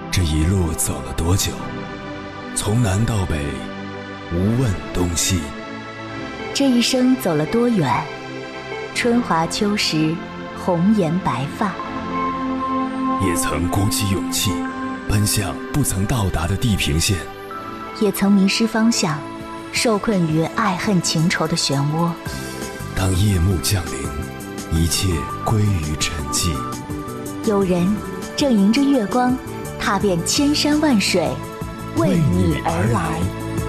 这一路走了多久？从南到北，无问东西。 这一生走了多远？春华秋实，红颜白发。 也曾鼓起勇气，奔向不曾到达的地平线。 也曾迷失方向，受困于爱恨情仇的漩涡。 当夜幕降临，一切归于沉寂。 有人正迎着月光，踏遍千山万水，为你而来。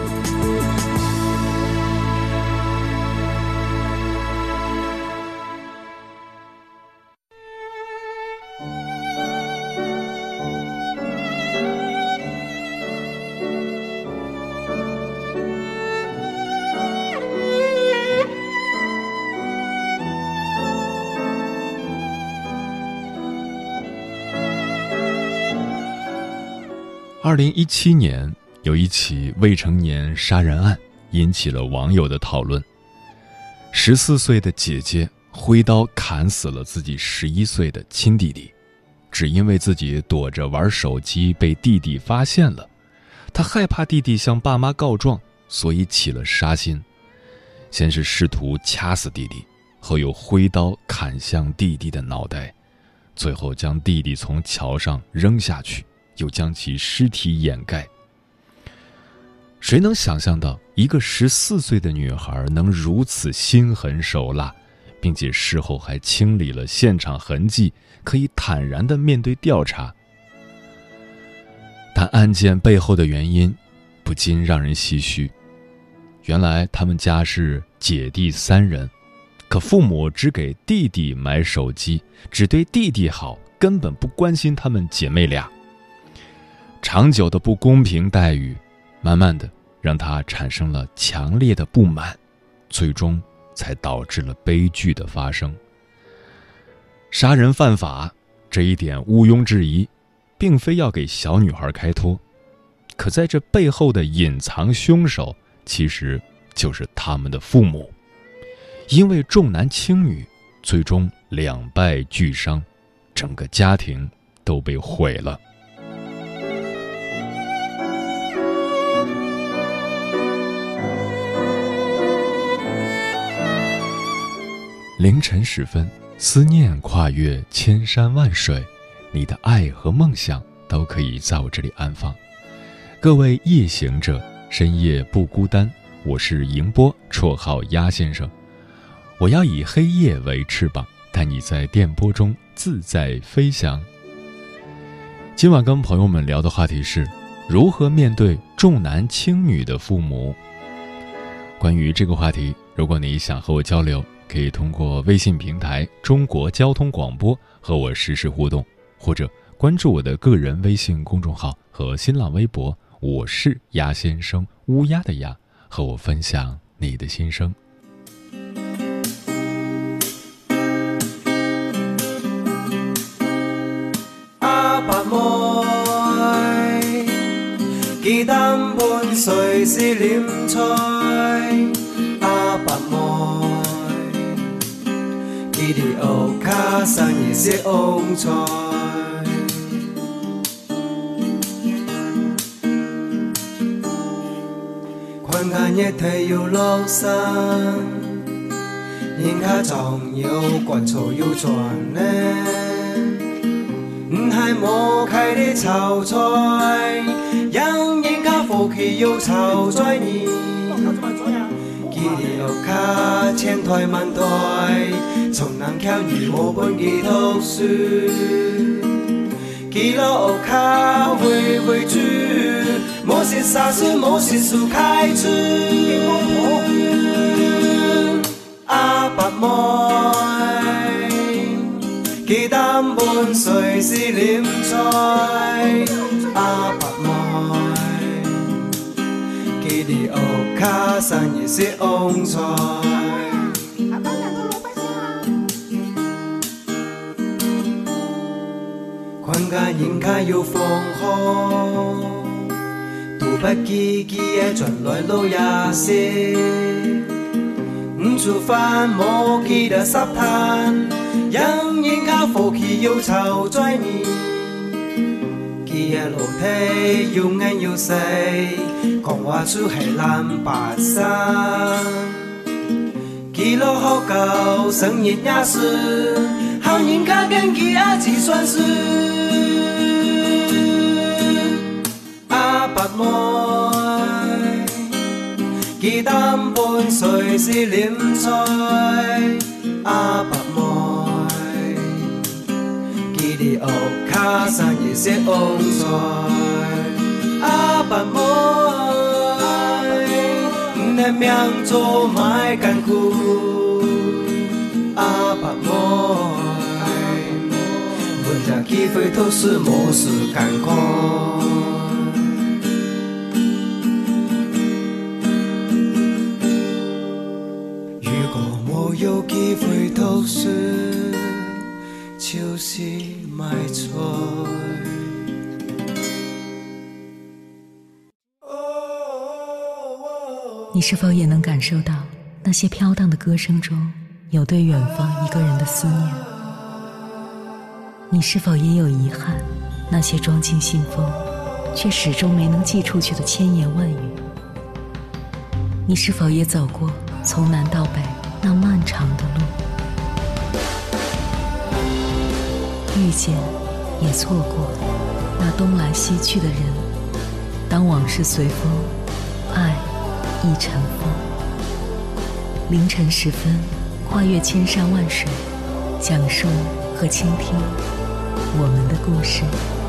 2017年，有一起未成年杀人案引起了网友的讨论。14岁的姐姐挥刀砍死了自己11岁的亲弟弟，只因为自己躲着玩手机被弟弟发现了，她害怕弟弟向爸妈告状，所以起了杀心。先是试图掐死弟弟，后又挥刀砍向弟弟的脑袋，最后将弟弟从桥上扔下去，又将其尸体掩盖。谁能想象到一个14岁的女孩能如此心狠手辣，并且事后还清理了现场痕迹，可以坦然地面对调查？但案件背后的原因不禁让人唏嘘。原来他们家是姐弟3人，可父母只给弟弟买手机，只对弟弟好，根本不关心他们姐妹俩。长久的不公平待遇，慢慢的让他产生了强烈的不满，最终才导致了悲剧的发生。杀人犯法，这一点毋庸置疑，并非要给小女孩开脱，可在这背后的隐藏凶手，其实就是他们的父母。因为重男轻女，最终两败俱伤，整个家庭都被毁了。凌晨时分，思念跨越千山万水，你的爱和梦想都可以在我这里安放。各位夜行者，深夜不孤单，我是迎波，绰号鸭先生。我要以黑夜为翅膀，带你在电波中自在飞翔。今晚跟朋友们聊的话题是如何面对重男轻女的父母。关于这个话题，如果你想和我交流，可以通过微信平台中国交通广播和我实时互动，或者关注我的个人微信公众号和新浪微博，我是鸭先生，乌鸦的鸭，和我分享你的心声。 阿伯妹，雞蛋伴誰是臉菜？阿伯妹。伊的屋卡上也是旺财，看看日頭要落山，人家仲要滾草要轉呢，唔係冇開的炒菜，讓人家福氣要炒在你。伊的屋卡千台萬台。從南橋與我本嘅讀書，記落屋卡會住，冇事殺樹冇事樹開枝。阿伯妹，雞蛋伴誰是臉菜？阿伯妹，記啲屋卡上也是旺財。看家人家要放學，都不記嘅轉來老也些，唔做飯冇記得濕攤，讓人家福氣要湊在你，記你的肉體又硬又細，講話出係藍白衫。記錄好高，聲音也是，好人家跟佢阿姊算是。阿伯妹，佢擔半歲是稔菜，阿伯妹，佢哋屋卡生意是旺財，阿伯妹，你命做賣艱苦，阿伯妹，本家機會都是冇事乾過。有機會讀書，就是買菜。 你是否也能感受到那些飘荡的歌声中有对远方一个人的思念？你是否也有遗憾，那些装进信封却始终没能寄出去的千言万语？你是否也走过从南到北那漫长的路，遇见也错过那东来西去的人，当往事随风，爱亦尘封。凌晨时分，跨越千山万水，讲述和倾听我们的故事。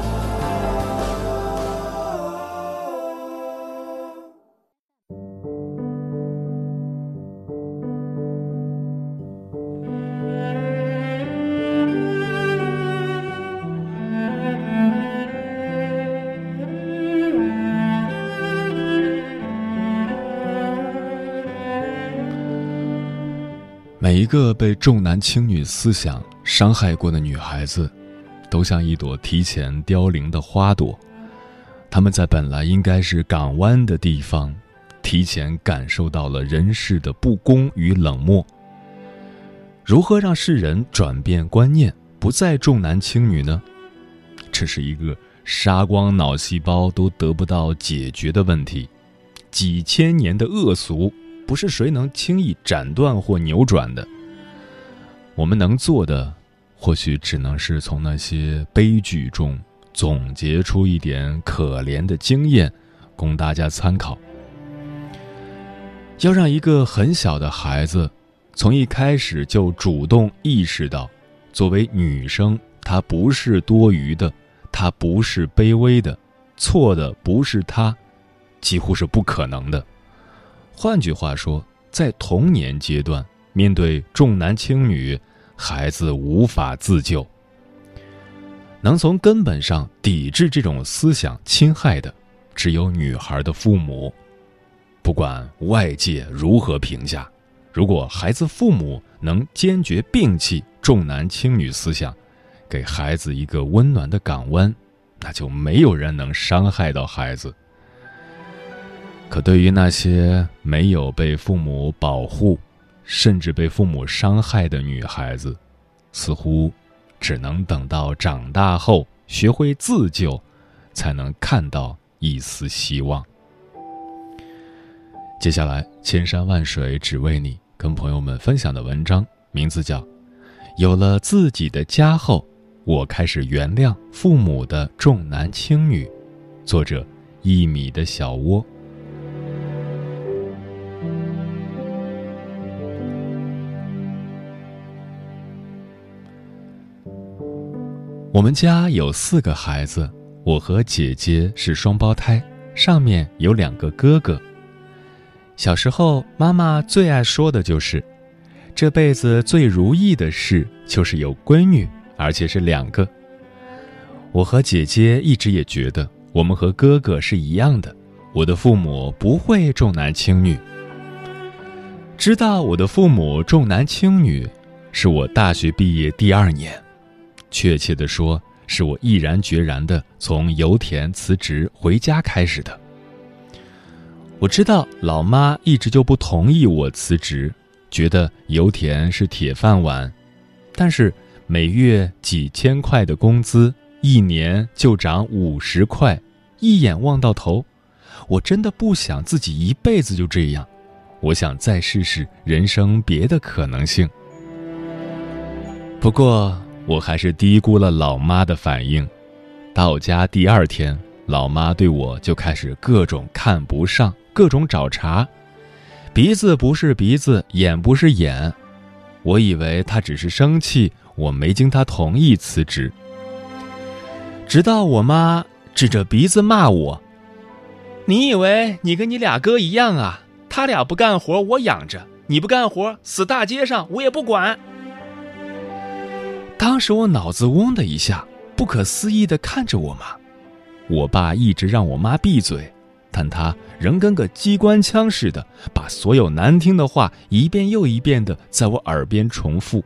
每一个被重男轻女思想伤害过的女孩子，都像一朵提前凋零的花朵，她们在本来应该是港湾的地方，提前感受到了人世的不公与冷漠。如何让世人转变观念，不再重男轻女呢？这是一个杀光脑细胞都得不到解决的问题，几千年的恶俗不是谁能轻易斩断或扭转的。我们能做的，或许只能是从那些悲剧中总结出一点可怜的经验，供大家参考。要让一个很小的孩子从一开始就主动意识到，作为女生，她不是多余的，她不是卑微的，错的不是她，几乎是不可能的。换句话说，在童年阶段，面对重男轻女，孩子无法自救。能从根本上抵制这种思想侵害的，只有女孩的父母。不管外界如何评价，如果孩子父母能坚决摒弃重男轻女思想，给孩子一个温暖的港湾，那就没有人能伤害到孩子。可对于那些没有被父母保护，甚至被父母伤害的女孩子，似乎只能等到长大后学会自救，才能看到一丝希望。接下来，千山万水只为你，跟朋友们分享的文章名字叫《有了自己的家后，我开始原谅父母的重男轻女》，作者1米的小窝。我们家有4个孩子，我和姐姐是双胞胎，上面有2个哥哥。小时候，妈妈最爱说的就是，这辈子最如意的事就是有闺女，而且是2个。我和姐姐一直也觉得，我们和哥哥是一样的，我的父母不会重男轻女。知道我的父母重男轻女，是我大学毕业第2年。确切地说，是我毅然决然地从油田辞职回家开始的。我知道老妈一直就不同意我辞职，觉得油田是铁饭碗，但是每月几千块的工资， 1年就涨50块，一眼望到头，我真的不想自己一辈子就这样，我想再试试人生别的可能性。不过我还是低估了老妈的反应。到家第2天，老妈对我就开始各种看不上，各种找茬，鼻子不是鼻子，眼不是眼。我以为她只是生气，我没经她同意辞职。直到我妈指着鼻子骂我：“你以为你跟你俩哥一样啊？他俩不干活我养着，你不干活死大街上我也不管。”当时我脑子嗡的一下，不可思议地看着我妈。我爸一直让我妈闭嘴，但她仍跟个机关枪似的，把所有难听的话一遍又一遍地在我耳边重复。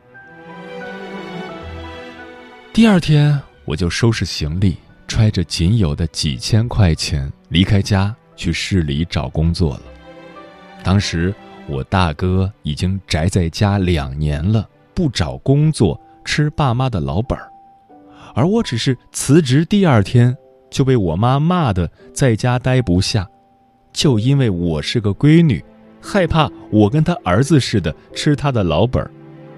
第2天，我就收拾行李，揣着仅有的几千块钱离开家去市里找工作了。当时我大哥已经宅在家2年了，不找工作，吃爸妈的老本儿，而我只是辞职第2天就被我妈骂得在家待不下，就因为我是个闺女，害怕我跟她儿子似的吃她的老本儿。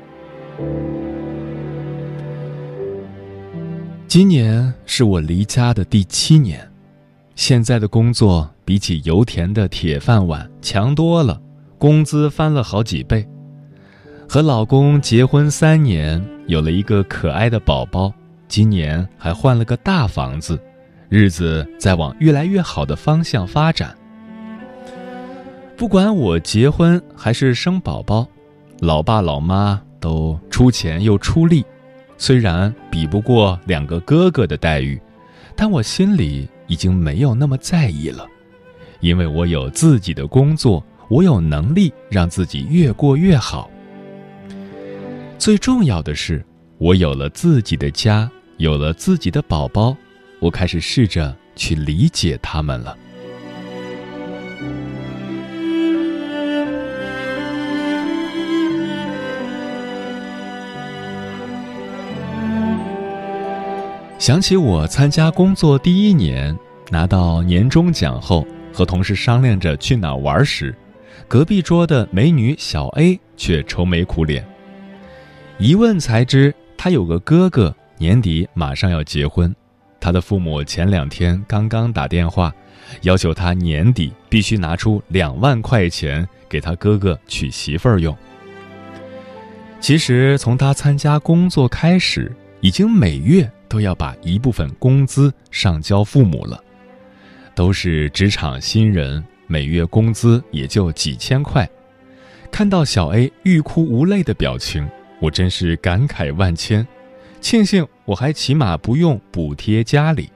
今年是我离家的第7年，现在的工作比起油田的铁饭碗强多了，工资翻了好几倍。和老公结婚3年，有了一个可爱的宝宝，今年还换了个大房子，日子在往越来越好的方向发展。不管我结婚还是生宝宝，老爸老妈都出钱又出力，虽然比不过2个哥哥的待遇，但我心里已经没有那么在意了，因为我有自己的工作，我有能力让自己越过越好。最重要的是，我有了自己的家，有了自己的宝宝，我开始试着去理解他们了。想起我参加工作第1年，拿到年终奖后，和同事商量着去哪玩时，隔壁桌的美女小 A 却愁眉苦脸。一问才知，她有个哥哥，年底马上要结婚，她的父母前2天刚刚打电话，要求她年底必须拿出2万块钱给她哥哥娶媳妇儿用。其实从她参加工作开始，已经每月都要把一部分工资上交父母了，都是职场新人，每月工资也就几千块。看到小 A 欲哭无泪的表情，我真是感慨万千，庆幸我还起码不用补贴家里。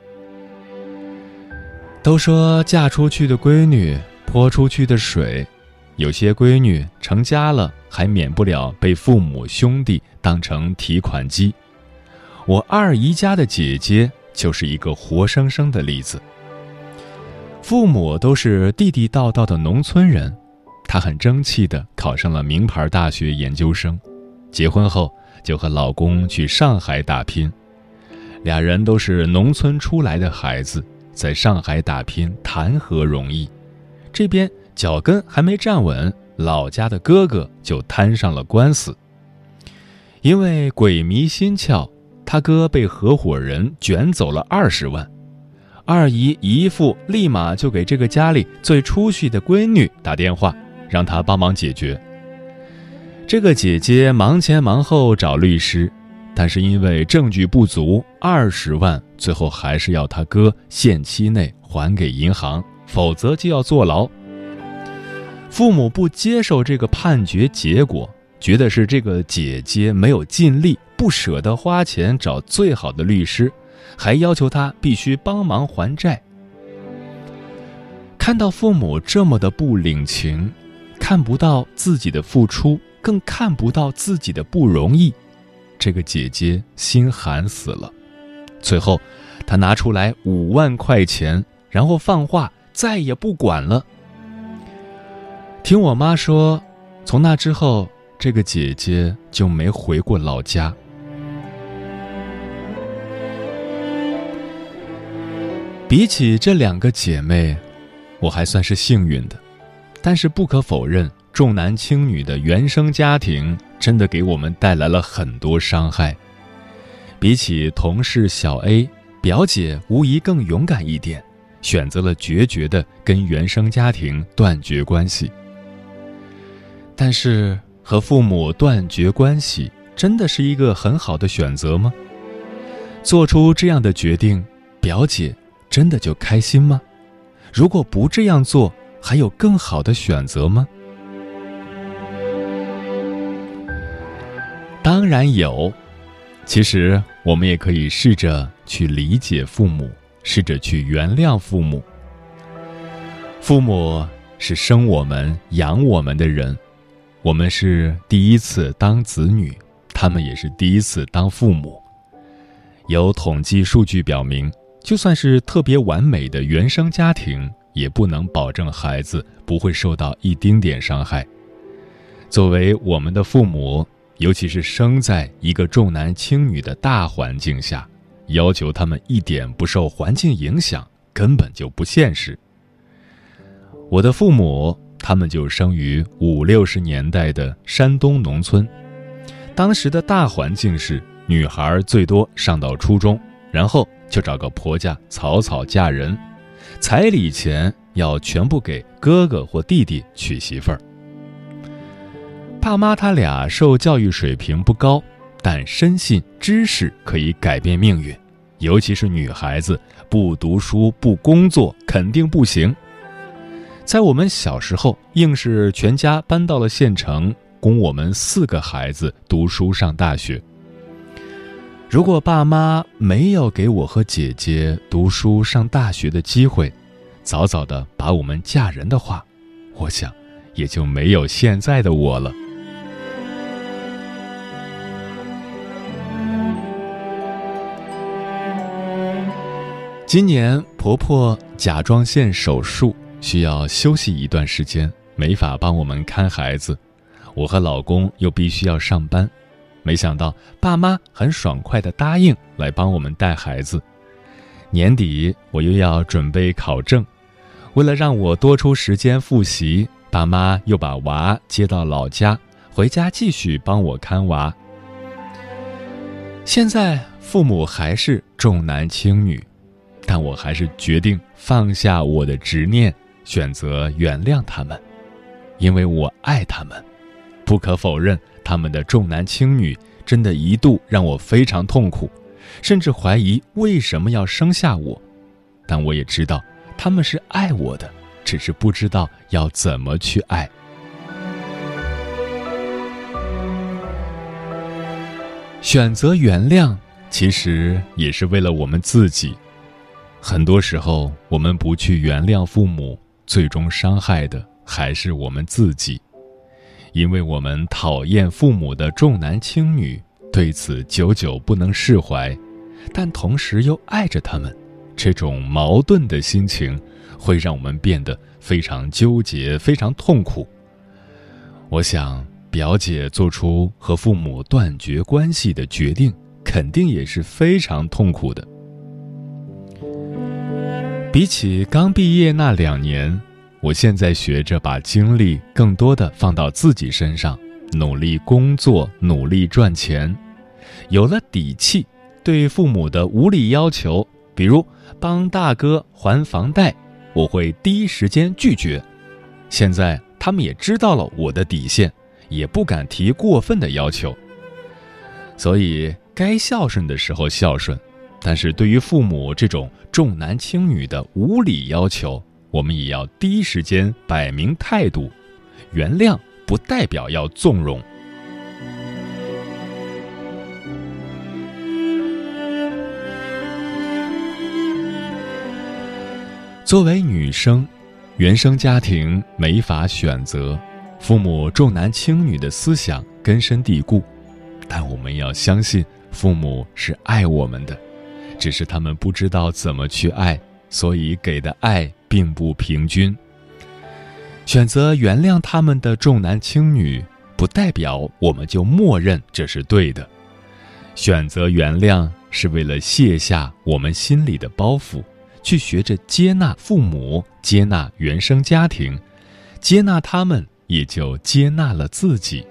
都说嫁出去的闺女泼出去的水，有些闺女成家了还免不了被父母兄弟当成提款机。我2姨家的姐姐就是一个活生生的例子。父母都是地地道道的农村人，她很争气地考上了名牌大学研究生，结婚后就和老公去上海打拼。2人都是农村出来的孩子，在上海打拼谈何容易，这边脚跟还没站稳，老家的哥哥就摊上了官司。因为鬼迷心窍，他哥被合伙人卷走了20万，2姨姨父立马就给这个家里最出息的闺女打电话，让她帮忙解决。这个姐姐忙前忙后找律师，但是因为证据不足，20万最后还是要他哥限期内还给银行，否则就要坐牢。父母不接受这个判决结果，觉得是这个姐姐没有尽力，不舍得花钱找最好的律师，还要求她必须帮忙还债。看到父母这么的不领情，看不到自己的付出，更看不到自己的不容易，这个姐姐心寒死了。最后她拿出来5万块钱，然后放话再也不管了。听我妈说，从那之后这个姐姐就没回过老家。 比起这2个姐妹，我还算是幸运的，但是不可否认，重男轻女的原生家庭真的给我们带来了很多伤害。比起同事小 A， 表姐无疑更勇敢一点，选择了决绝地跟原生家庭断绝关系。但是和父母断绝关系真的是一个很好的选择吗？做出这样的决定，表姐真的就开心吗？如果不这样做，还有更好的选择吗？当然有。其实我们也可以试着去理解父母，试着去原谅父母。父母是生我们养我们的人，我们是第一次当子女，他们也是第一次当父母。有统计数据表明，就算是特别完美的原生家庭，也不能保证孩子不会受到一丁点伤害。作为我们的父母，尤其是生在一个重男轻女的大环境下，要求他们一点不受环境影响，根本就不现实。我的父母，他们就生于50、60年代的山东农村，当时的大环境是女孩最多上到初中，然后就找个婆家草草嫁人，彩礼钱要全部给哥哥或弟弟娶媳妇儿。爸妈他俩受教育水平不高，但深信知识可以改变命运，尤其是女孩子，不读书不工作肯定不行。在我们小时候，硬是全家搬到了县城，供我们4个孩子读书上大学。如果爸妈没有给我和姐姐读书上大学的机会，早早的把我们嫁人的话，我想也就没有现在的我了。今年婆婆甲状腺手术，需要休息一段时间，没法帮我们看孩子，我和老公又必须要上班，没想到爸妈很爽快地答应来帮我们带孩子。年底我又要准备考证，为了让我多出时间复习，爸妈又把娃接到老家，回家继续帮我看娃。现在父母还是重男轻女，但我还是决定放下我的执念，选择原谅他们，因为我爱他们。不可否认，他们的重男轻女真的一度让我非常痛苦，甚至怀疑为什么要生下我。但我也知道他们是爱我的，只是不知道要怎么去爱。选择原谅，其实也是为了我们自己。很多时候，我们不去原谅父母，最终伤害的还是我们自己。因为我们讨厌父母的重男轻女，对此久久不能释怀，但同时又爱着他们，这种矛盾的心情会让我们变得非常纠结，非常痛苦。我想，表姐做出和父母断绝关系的决定，肯定也是非常痛苦的。比起刚毕业那2年，我现在学着把精力更多的放到自己身上，努力工作，努力赚钱，有了底气，对父母的无理要求，比如帮大哥还房贷，我会第一时间拒绝。现在他们也知道了我的底线，也不敢提过分的要求。所以该孝顺的时候孝顺，但是对于父母这种重男轻女的无理要求，我们也要第一时间摆明态度，原谅不代表要纵容。作为女生，原生家庭没法选择，父母重男轻女的思想根深蒂固，但我们要相信父母是爱我们的，只是他们不知道怎么去爱，所以给的爱并不平均。选择原谅他们的重男轻女，不代表我们就默认这是对的。选择原谅是为了卸下我们心里的包袱， 去学着接纳父母，接纳原生家庭，接纳他们，也就接纳了自己。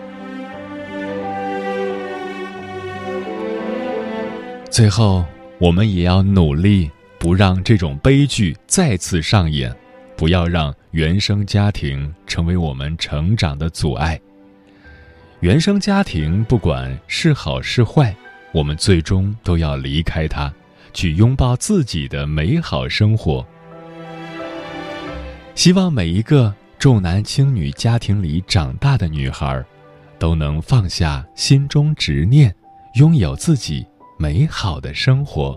最后，我们也要努力，不让这种悲剧再次上演，不要让原生家庭成为我们成长的阻碍。原生家庭不管是好是坏，我们最终都要离开它，去拥抱自己的美好生活。希望每一个重男轻女家庭里长大的女孩，都能放下心中执念，拥有自己美好的生活。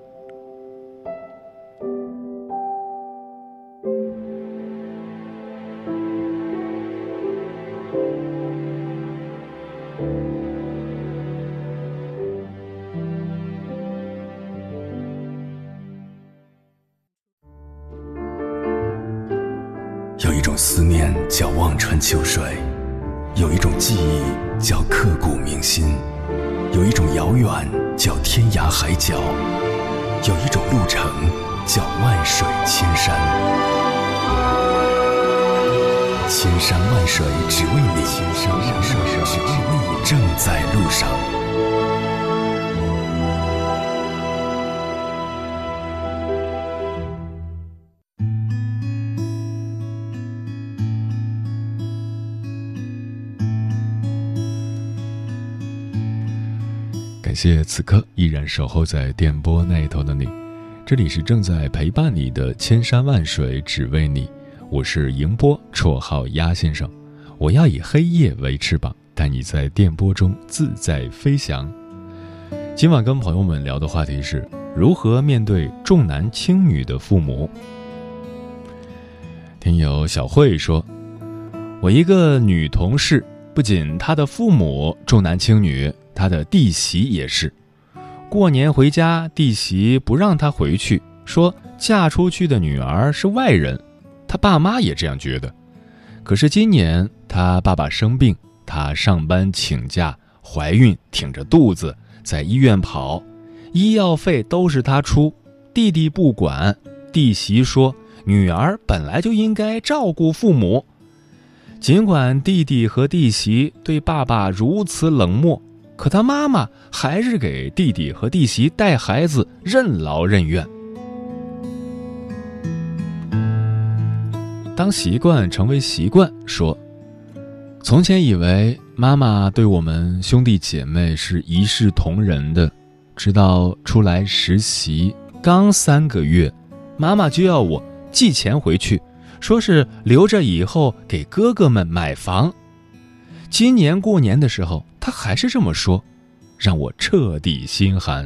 有一种思念叫望穿秋水，有一种记忆叫刻骨铭心，有一种遥远叫天涯海角，有一种路程叫万水千山。千山万水只为你，千山万水只为你，正在路上。 感谢此刻依然守候在电波那头的你，这里是正在陪伴你的千山万水只为你，我是迎波，绰号鸭先生。我要以黑夜为翅膀，带你在电波中自在飞翔。今晚跟朋友们聊的话题是如何面对重男轻女的父母。听友小慧说，我一个女同事，不仅她的父母重男轻女，她的弟媳也是。过年回家，弟媳不让她回去，说嫁出去的女儿是外人，她爸妈也这样觉得。可是今年她爸爸生病，她上班请假，怀孕挺着肚子在医院跑，医药费都是她出，弟弟不管，弟媳说女儿本来就应该照顾父母。尽管弟弟和弟媳对爸爸如此冷漠，可他妈妈还是给弟弟和弟媳带孩子任劳任怨。当习惯成为习惯，说从前以为妈妈对我们兄弟姐妹是一视同仁的，直到出来实习刚3个月，妈妈就要我寄钱回去，说是留着以后给哥哥们买房。今年过年的时候，他还是这么说，让我彻底心寒。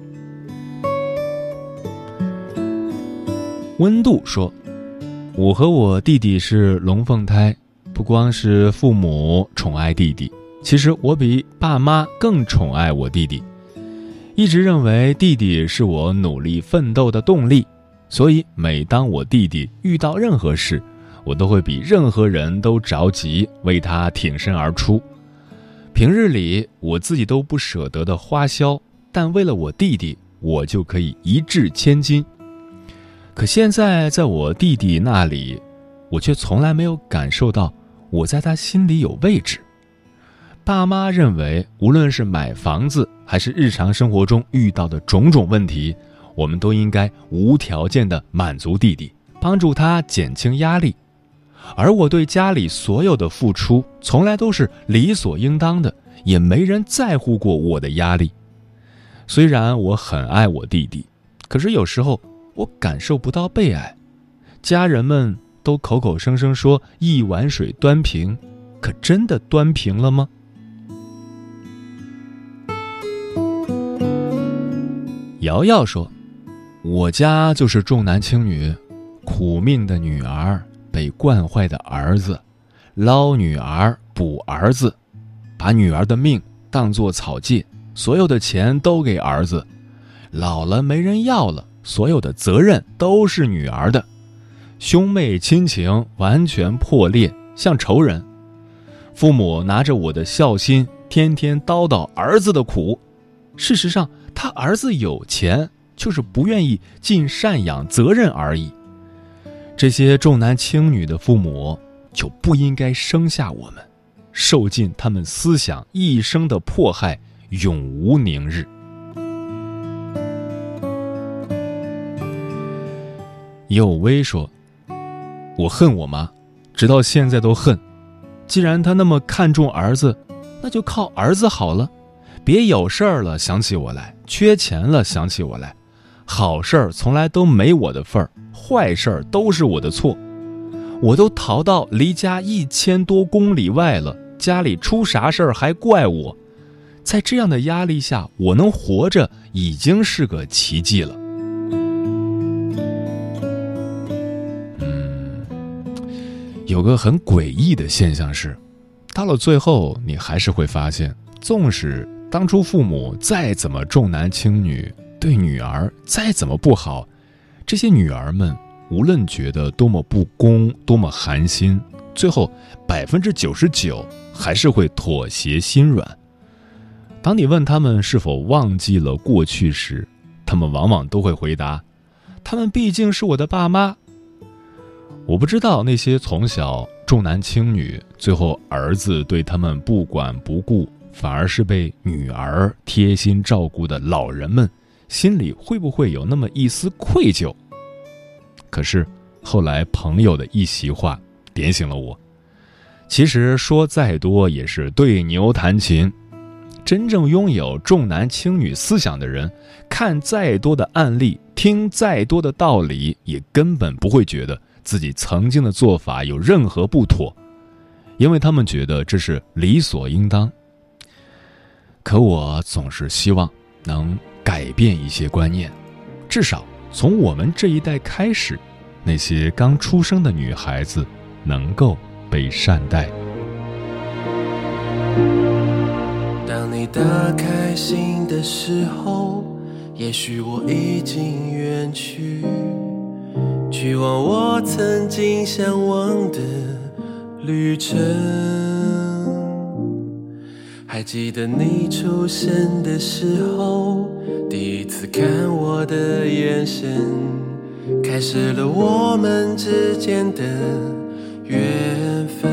温度说，我和我弟弟是龙凤胎，不光是父母宠爱弟弟，其实我比爸妈更宠爱我弟弟。一直认为弟弟是我努力奋斗的动力，所以每当我弟弟遇到任何事，我都会比任何人都着急，为他挺身而出。平日里我自己都不舍得的花销，但为了我弟弟，我就可以一掷千金。可现在在我弟弟那里，我却从来没有感受到我在他心里有位置。爸妈认为，无论是买房子还是日常生活中遇到的种种问题，我们都应该无条件地满足弟弟，帮助他减轻压力。而我对家里所有的付出从来都是理所应当的，也没人在乎过我的压力。虽然我很爱我弟弟，可是有时候我感受不到被爱。家人们都口口声声说一碗水端平，可真的端平了吗？瑶瑶说，我家就是重男轻女，苦命的女儿被惯坏的儿子，捞女儿补儿子，把女儿的命当作草芥，所有的钱都给儿子，老了没人要了，所有的责任都是女儿的，兄妹亲情完全破裂，像仇人。父母拿着我的孝心，天天叨叨儿子的苦。事实上，他儿子有钱， 就是不愿意尽赡养责任而已。这些重男轻女的父母就不应该生下我们，受尽他们思想一生的迫害，永无宁日。有薇说，我恨我妈，直到现在都恨。既然她那么看重儿子，那就靠儿子好了，别有事儿了想起我来，缺钱了想起我来，好事儿从来都没我的份儿，坏事儿都是我的错。我都逃到离家1000多公里外了，家里出啥事儿还怪我。在这样的压力下，我能活着已经是个奇迹了。有个很诡异的现象是，到了最后你还是会发现，纵使当初父母再怎么重男轻女，对女儿再怎么不好，这些女儿们无论觉得多么不公，多么寒心，最后99%还是会妥协心软。当你问他们是否忘记了过去时，他们往往都会回答，他们毕竟是我的爸妈。我不知道那些从小重男轻女，最后儿子对他们不管不顾，反而是被女儿贴心照顾的老人们，心里会不会有那么一丝愧疚？可是后来朋友的一席话点醒了我，其实说再多也是对牛弹琴。真正拥有重男轻女思想的人，看再多的案例，听再多的道理，也根本不会觉得自己曾经的做法有任何不妥，因为他们觉得这是理所应当。可我总是希望能改变一些观念，至少从我们这一代开始，那些刚出生的女孩子能够被善待。 当你打开心的时候，也许我已经远去，去往我曾经向往的旅程。还记得你出生的时候，第一次看我的眼神，开始了我们之间的缘分。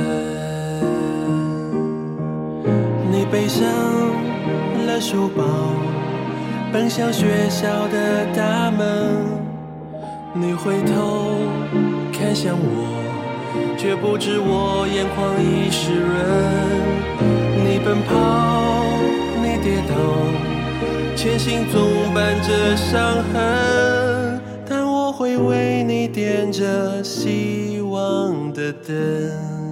你背上了书包，奔向学校的大门，你回头看向我，却不知我眼眶已湿润。你奔跑，你跌倒，前行总伴着伤痕，但我会为你点着希望的灯。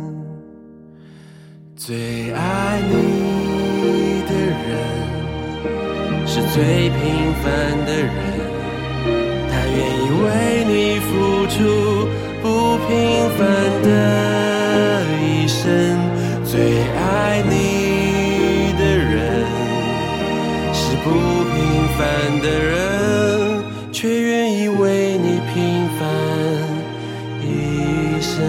最爱你的人是最平凡的人，他愿意为你付出不平凡的一生。最爱你的人是不平凡的人，却愿意为你平凡一生。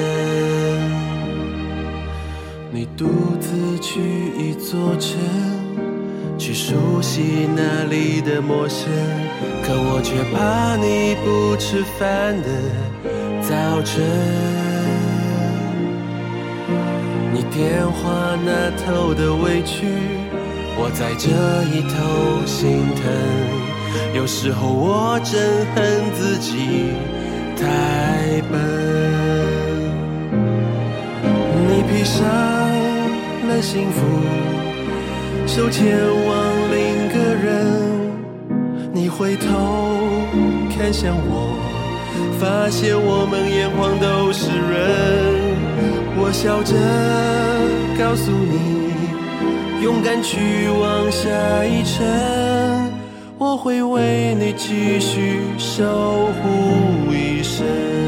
你独自去一座城，去熟悉那里的陌生，可我却怕你不吃饭的早晨。你电话那头的委屈，我在这一头心疼。有时候我真恨自己太笨。你披上了幸福，手牵往另个人，你回头看向我，发现我们眼眶都湿润。我笑着告诉你，勇敢去往下一程，我会为你继续守护一生。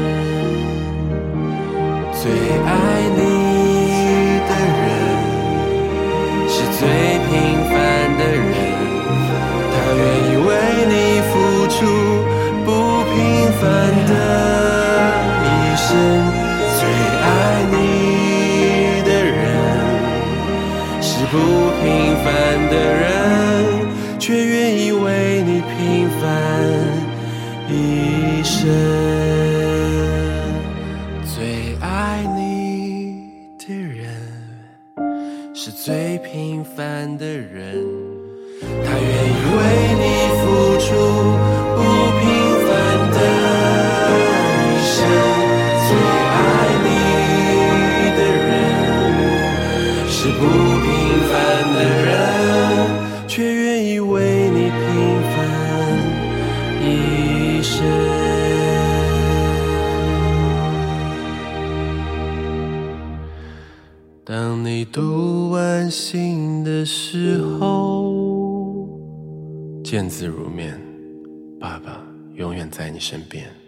最爱你的人是最平凡的人，他愿意为你付出不平凡的一生。最爱你的人是不平凡的人，却愿意为你平凡生。最爱你的人是最平凡的人，他愿意为你付出不平凡的一生。最爱你的人是不平凡的人，却愿意为你平凡一生。当你读完信的时候，见字如面，爸爸永远在你身边。